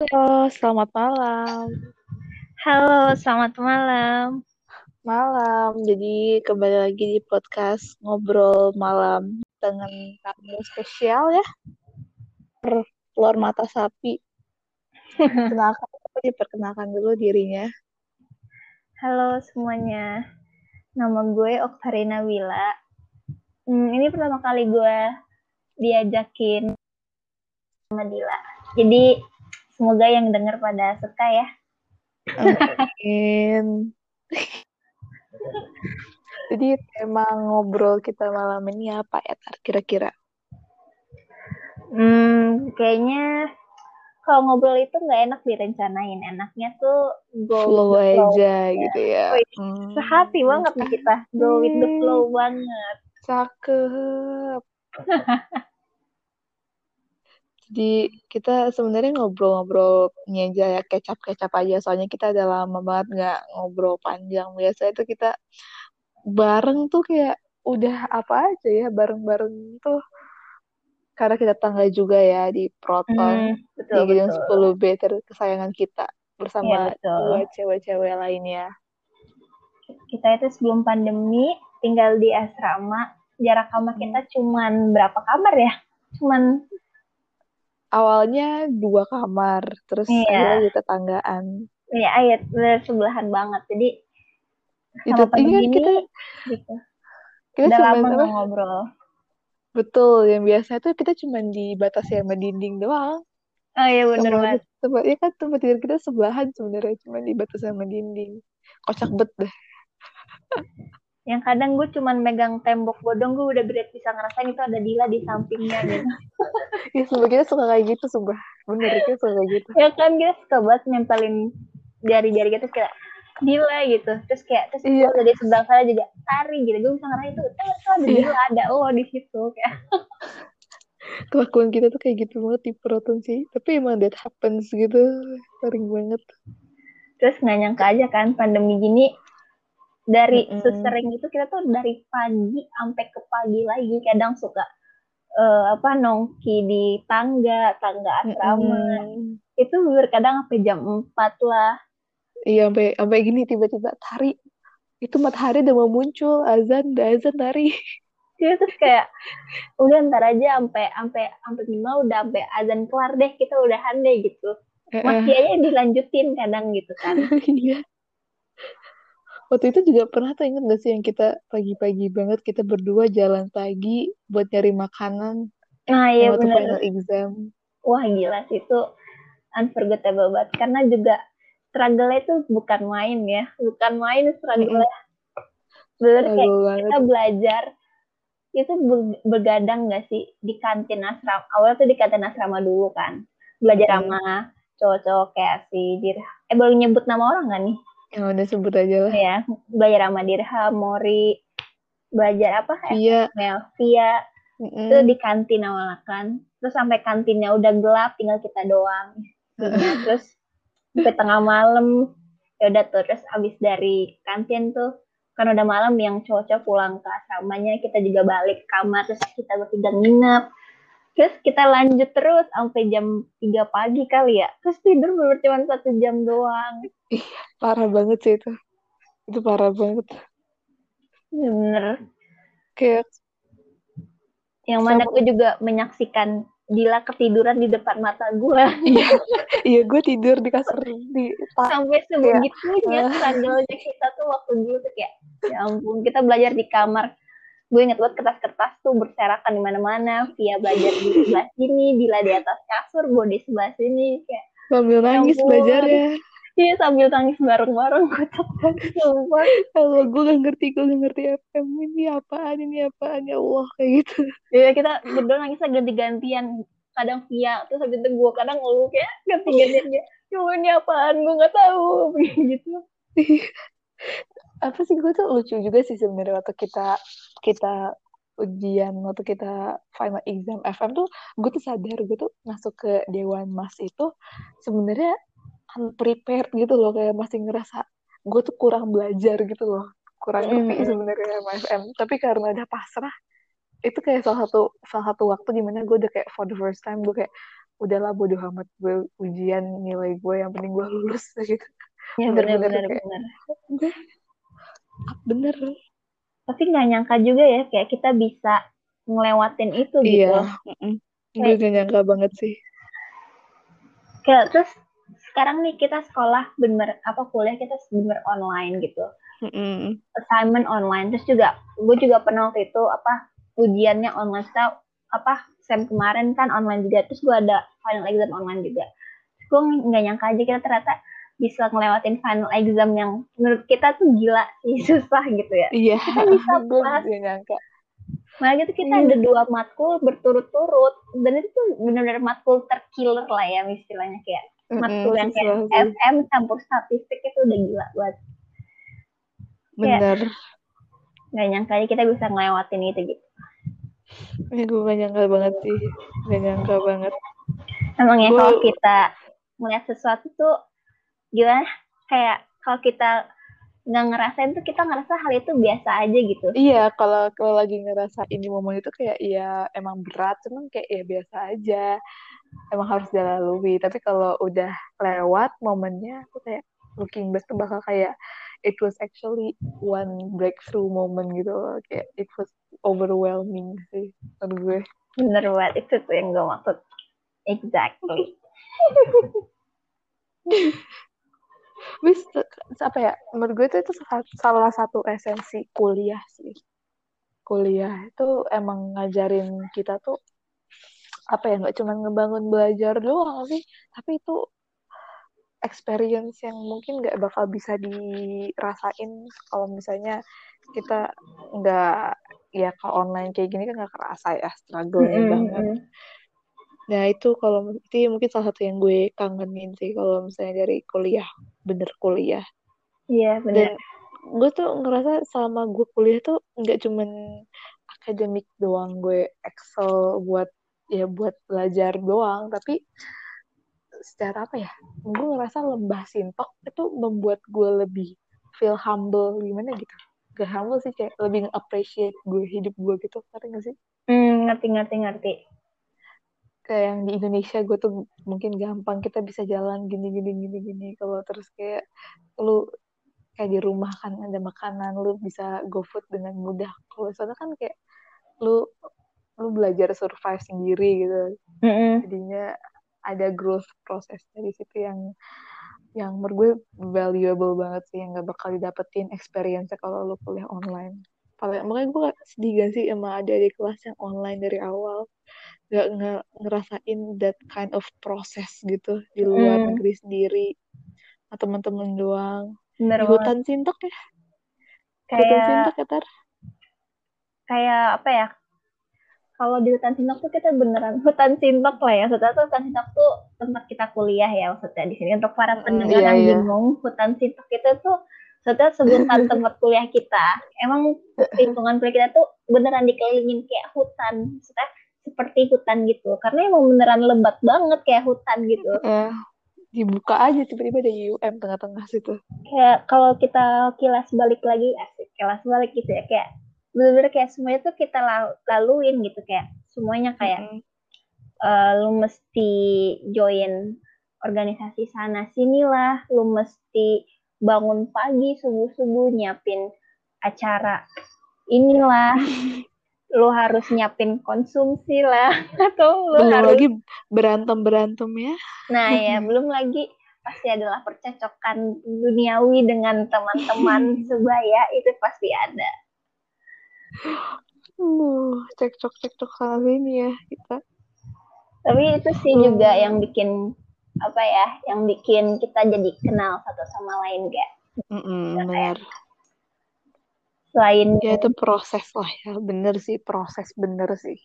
Halo, selamat malam. Halo, selamat malam. Malam, jadi kembali lagi di podcast Ngobrol Malam dengan tamu spesial ya, telur mata sapi. Kenalkan, aku diperkenalkan dulu dirinya. Halo semuanya, nama gue Oktarina Wila. Ini pertama kali gue diajakin sama Dila. Jadi semoga yang dengar pada suka ya. Amin. Jadi tema ngobrol kita malam ini apa ya, Tar, kira-kira? Kayaknya kalau ngobrol itu nggak enak direncanain. Enaknya tuh go with Flow the flow aja aja. gitu ya. Wih, sehati banget nih kita. Go with the Asik, flow banget. cakep. Jadi kita sebenarnya ngobrol-ngobrol ini aja ya, kecap-kecap aja. Soalnya kita udah lama banget nggak ngobrol panjang. Biasanya tuh kita bareng tuh kayak udah apa aja ya, bareng-bareng tuh. Karena kita tangga juga ya di Proton, di Betul Gedung betul. 10B kesayangan kita. Iya Bersama betul. dua cewek-cewek lainnya. Kita itu sebelum pandemi tinggal di asrama, jarak kamar Hmm. kita cuman berapa kamar ya? Cuman Awalnya dua kamar, terus akhirnya iya, jadi tetanggaan. iya ayat sebelahan banget. Jadi Itu sama ini pandemi kan ini gitu. kita Udah cuma lama apa? nggak ngobrol. Betul, yang biasa tuh kita cuma dibatasi sama dinding doang. Oh iya bener Sama banget. tempat ya kan tempat tidur kita sebelahan sebenarnya cuma dibatasi sama dinding. Kocak bet deh. Yang kadang gue cuman megang tembok bodong, gue udah berat bisa ngerasain itu ada Dila di sampingnya gitu. Ya sumpah kita suka kayak gitu sumpah. Bener kita suka kayak gitu. Ya kan kita suka banget nempelin jari-jari gitu kayak Dila gitu. Terus Iya, gue dari sebelah sana juga Tari gitu. Gue bisa ngerasain itu ada Dila, iya. ada lo di situ kayak. Kelakuan kita tuh kayak gitu banget di Proton sih. Tapi emang that happens gitu. Sering banget. Terus nggak nyangka aja kan pandemi gini dari Mm-mm. sesering itu kita tuh dari pagi sampai ke pagi lagi kadang suka apa nongki di tangga asrama Mm-mm. itu kadang sampai jam 4 lah. Iya sampai sampai gini tiba-tiba Tari. Itu matahari udah mau muncul. Azan, udah azan Tari. Jadi terus kayak udah ntar aja sampai sampai sampai minimal udah sampai azan kelar deh kita udahan deh gitu. Masih Heeh. aja dilanjutin kadang gitu kan. Iya. Waktu itu juga pernah tuh inget gak sih yang kita pagi-pagi banget kita berdua jalan pagi buat nyari makanan Nah yang iya waktu bener. final exam. Wah gila sih itu unforgettable banget karena juga struggle itu bukan main ya, bukan main struggle. Mm-mm. Bener kayak Struggle kita banget. belajar itu begadang nggak sih di kantin asrama. Awalnya tuh di kantin asrama dulu kan. Belajar Mm-mm. sama cowok-cowok kayak si Dirha. Boleh nyebut nama orang nggak nih? Yang udah sebut aja lah. Ya, belajar sama Dirha, Mori, belajar apa? Via. Melvia. Itu di Mm-mm. kantin awalnya kan. Terus sampai kantinnya udah gelap, tinggal kita doang isinya. Terus sampai tengah malam ya udah tuh terus abis dari kantin tuh kan udah malam yang cowok-cowok pulang ke asramanya kita juga balik ke kamar terus kita bertiga nginep terus kita lanjut terus sampai jam 3 pagi kali ya terus tidur baru cuma 1 jam doang. Ih, parah banget sih itu. Itu parah banget. Bener Kayak yang mana sama. gue juga menyaksikan Dila ketiduran di depan mata gue. Iya, iya gue tidur di kasur di tak Sampai kayak sebegitunya eh, struggle-nya kita tuh waktu dulu tuh kayak ya ampun kita belajar di kamar. Gue inget banget kertas-kertas tuh berserakan di mana-mana. Via belajar di sebelah sini, Dila di atas kasur, gue di sebelah sini. Kayak, sambil ya nangis belajar ampun. ya. Iya sambil tangis bareng-bareng, kocak banget, sumpah. Kalau gue gak ngerti FM ini apaan ya Allah kayak gitu. Iya kita berdua nangisnya ganti-gantian. Kadang Via, terus habis itu gue kadang ngeluh kayak ganti-gantian. Kayak, cuma ini apaan, gue gak tahu. Gitu. Apa sih gue tuh lucu juga sih sebenarnya waktu kita kita ujian waktu kita final exam FM tuh gue tuh sadar gue tuh masuk ke Dewan Mas itu sebenarnya unprepared gitu loh kayak masih ngerasa gue tuh kurang belajar gitu loh kurang ngerti Mm-mm. sebenarnya sama FM tapi karena udah pasrah itu kayak salah satu waktu dimana gue udah kayak for the first time gue kayak udahlah bodo amat gue ujian nilai gue yang penting gue lulus gitu. Ya Bener-bener benar-benar kayak benar. gue bener. Tapi nggak nyangka juga ya kayak kita bisa ngelewatin itu Iya. gitu. Gue Kayak, gak nyangka banget sih. kayak terus sekarang nih kita sekolah bener apa kuliah kita bener online gitu. Mm-mm. Assignment online. Terus juga gue juga pernah waktu itu apa ujiannya online. Kita apa sem kemarin kan online juga. Terus gue ada final exam online juga. Terus gue nggak nyangka aja kita ternyata bisa ngelewatin final exam yang menurut kita tuh gila sih susah gitu ya. Iya. Kita bisa Gue pas. gak nyangka. Malah gitu kita ada Iya. 2 matkul berturut-turut dan itu tuh benar-benar matkul terkiller lah ya istilahnya kayak matkul yang kayak Susah sih. FM campur statistik itu udah gila banget. Kayak Bener. nggak nyangka aja kita bisa ngelewatin itu gitu. Ya gue gak nyangka banget sih. Gak nyangka banget. Emang ya Gue kalau kita melihat sesuatu tuh gimana kayak kalau kita nggak ngerasain tuh kita ngerasa hal itu biasa aja gitu. iya kalau lagi ngerasain di momen itu kayak ya emang berat cuman kayak ya biasa aja. Emang harus dilalui. Tapi kalau udah lewat momennya aku kayak looking back tuh bakal kayak it was actually one breakthrough moment gitu loh. Kayak it was overwhelming sih menurut gue. Bener banget itu tuh yang gue maksud. Exactly. Bis apa ya? Menurut gue itu salah satu esensi kuliah sih. Kuliah itu emang ngajarin kita tuh apa ya nggak cuma ngebangun belajar doang sih, tapi itu experience yang mungkin nggak bakal bisa dirasain kalau misalnya kita nggak ya ke online kayak gini kan nggak kerasa ya struggle-nya banget. Nah itu kalau itu mungkin salah satu yang gue kangenin sih kalau misalnya dari kuliah, bener kuliah. Iya bener. Dan gue tuh ngerasa selama gue kuliah tuh nggak cuman akademik doang gue excel buat ya buat belajar doang, tapi secara apa ya? Gue ngerasa lembah Sintok itu membuat gue lebih feel humble gimana gitu. Gak humble sih kayak lebih appreciate gue hidup gue gitu. Ngerti gak sih? Ngerti. Kayak yang di Indonesia gue tuh mungkin gampang kita bisa jalan gini gini gini gini. Kalau terus kayak lu kayak di rumah kan ada makanan lu bisa go food dengan mudah. Kalau sana kan kayak lu lu belajar survive sendiri gitu. Jadinya ada growth proses dari situ yang menurut gue valuable banget sih yang gak bakal didapetin experience kalau lo kuliah online. Paling makanya gue sedih gak sih emang ada di kelas yang online dari awal gak ngerasain that kind of process gitu di luar negeri sendiri atau teman-teman doang Bener di banget. hutan Sintok ya hutan Kayak Sintok ya Tar. kayak apa ya? Kalau di hutan Sintok tuh kita beneran hutan Sintok lah ya. Setelah tuh hutan Sintok tuh tempat kita kuliah ya maksudnya di sini. Untuk para pendengar Iya yang iya. bingung, hutan Sintok itu tuh setelah sebutan tempat kuliah kita. Emang lingkungan kuliah kita tuh beneran dikelilingin kayak hutan. Maksudnya seperti hutan gitu. Karena emang beneran lebat banget kayak hutan gitu. Eh, dibuka aja tiba-tiba ada UM tengah-tengah situ. Kayak kalau kita kilas balik lagi asik kilas balik gitu ya kayak bener-bener kayak semuanya tuh kita laluin gitu kayak semuanya kayak lu mesti join organisasi sana sini lah, lu mesti bangun pagi subuh-subuh nyiapin acara inilah, lu harus nyiapin konsumsi lah, atau lu Belum harus lagi berantem ya. nah ya belum lagi pasti adalah percecokan duniawi dengan teman-teman sebaya itu pasti ada. Cekcok sana sini ya kita. Tapi itu sih juga yang bikin apa ya, yang bikin kita jadi kenal satu sama lain gak? Benar. Selain Ya itu proses lah ya, bener sih.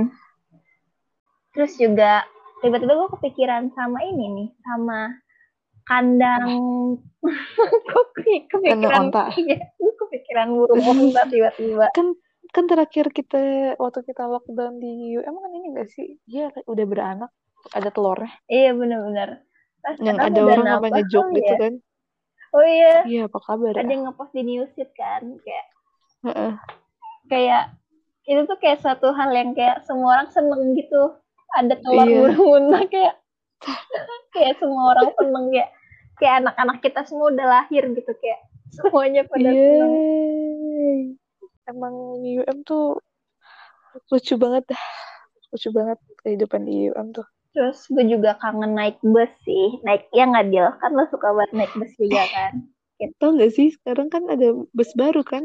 Terus juga tiba-tiba gue kepikiran sama ini nih, sama kandang. Kok kepikiran iya, gue kepikiran burung onta tiba-tiba. Kan terakhir waktu kita lockdown di UM kan ini gak sih? Dia udah beranak, ada telurnya. Iya benar-benar. Yang ada orang sampai ngejoke gitu kan. Oh iya. Iya, apa kabar ya? Ada yang ngepost di newsfeed kan kayak. Kayak itu tuh kayak suatu hal yang kayak semua orang seneng gitu. ada telur muntah kayak semua orang seneng kayak anak-anak kita semua udah lahir gitu, kayak semuanya pada seneng. Emang UM tuh lucu banget kehidupan di UM tuh. Terus gue juga kangen naik bus sih, ya nggak Dil, kan lo suka banget naik bus juga kan? Tau nggak sih sekarang kan ada bus baru kan?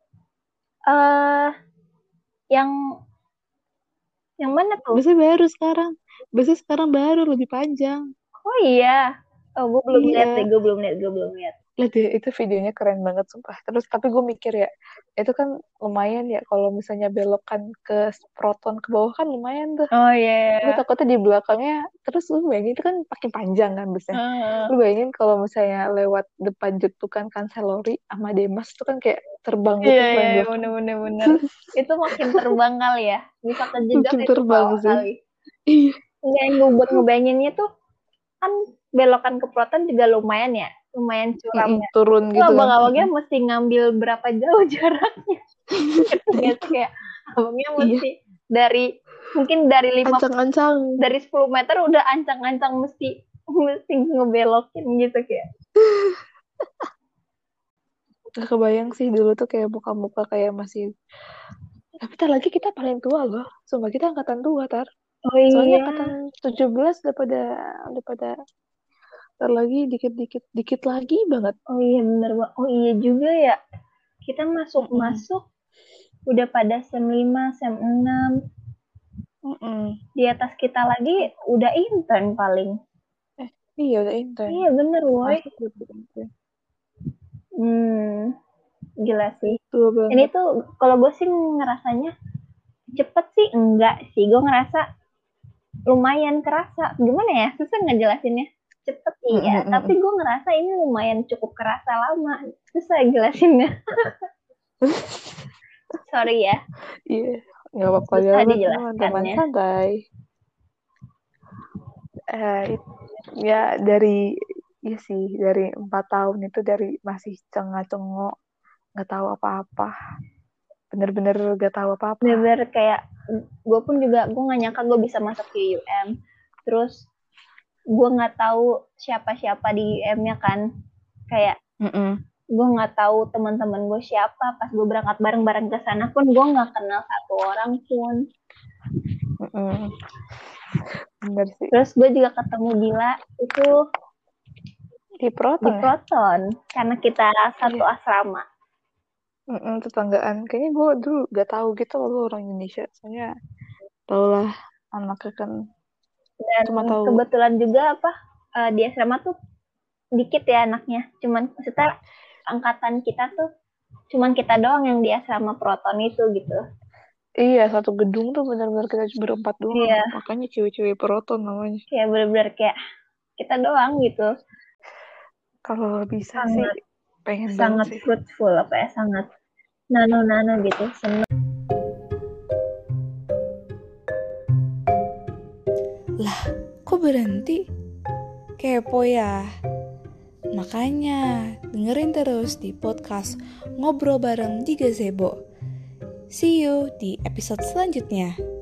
Yang mana tuh? Busnya sekarang baru lebih panjang. Oh iya, gue belum lihat deh, gue belum lihat. Lihat deh, itu videonya keren banget sumpah. Terus tapi gue mikir ya, itu kan lumayan ya kalau misalnya belokan ke Proton ke bawah kan lumayan tuh. Oh iya. Tapi takutnya di belakangnya, terus lu bayangin itu kan makin panjang kan busnya. Lu bayangin kalau misalnya lewat depan Jetukan Kanselori sama Demas itu kan kayak terbang gitu. Iya, bener. Itu makin terbang kali ya. Bisa kejegat itu bawah kali. Iya. Yang gue buat ngebayanginnya tuh, kan belokan ke Proton juga lumayan ya. Lumayan curam ya. Turun gitu. Abang-abangnya mesti ngambil berapa jauh jaraknya. Kayak abangnya mesti mungkin dari 10 meter udah ancang-ancang mesti ngebelokin gitu kayak. Gak kebayang sih dulu tuh kayak muka-muka kayak masih. Tapi tar lagi kita paling tua loh. Sumpah kita angkatan tua tar. Oh iya. Soalnya angkatan 17 udah pada tar lagi dikit lagi banget. Oh iya bener Mbak. Oh iya juga ya. Kita masuk udah pada SEM 5, SEM 6. Di atas kita lagi udah intern paling. Iya udah intern. Iya bener woy. Gila sih. Ini tuh kalau gue sih ngerasanya cepet sih enggak sih. Gue ngerasa lumayan kerasa. Gimana ya? Susah ngejelasinnya. Cepet iya. Tapi gue ngerasa ini lumayan cukup kerasa lama. Susah jelasinnya. Sorry ya. Iya. Gak apa-apa ya. Teman santai. Ya dari 4 tahun itu dari masih cengok-cengok, nggak tahu apa-apa, bener-bener gak tahu apa-apa. Bener-bener kayak gue pun juga gue nggak nyangka gue bisa masuk ke UM. Terus gue nggak tahu siapa-siapa di UM-nya kan, kayak gue nggak tahu teman-teman gue siapa. Pas gue berangkat bareng-bareng ke sana pun gue nggak kenal satu orang pun. Bener sih. Terus gue juga ketemu Dila itu di Proton karena kita satu asrama. Tetanggaan. Kayaknya gue dulu gak tahu gitu loh orang Indonesia. Soalnya tau lah anaknya kan. Dan kebetulan juga di asrama tuh dikit ya anaknya. Cuman maksudnya angkatan kita tuh cuman kita doang yang di asrama Proton itu gitu. Iya, satu gedung tuh benar-benar kita berempat doang. Iya. Makanya cewek-cewek Proton namanya. Kayak benar-benar kayak kita doang gitu. Kalau bisa sih pengen sangat banget sih. Fruitful sangat nano gitu, seneng. Lah, kok berhenti? Kepo ya? Makanya dengerin terus di podcast Ngobrol Bareng di Gazebo. See you di episode selanjutnya.